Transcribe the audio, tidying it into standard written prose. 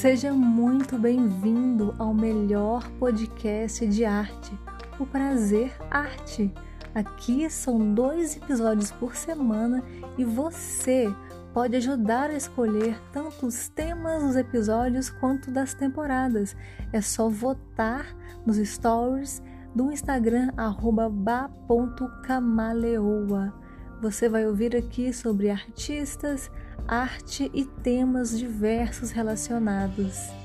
Seja muito bem-vindo ao melhor podcast de arte, o Prazer Arte. Aqui são 2 episódios por semana e você pode ajudar a escolher tanto os temas dos episódios quanto das temporadas. É só votar nos stories do Instagram @ba.camaleoa. Você vai ouvir aqui sobre artistas, arte e temas diversos relacionados.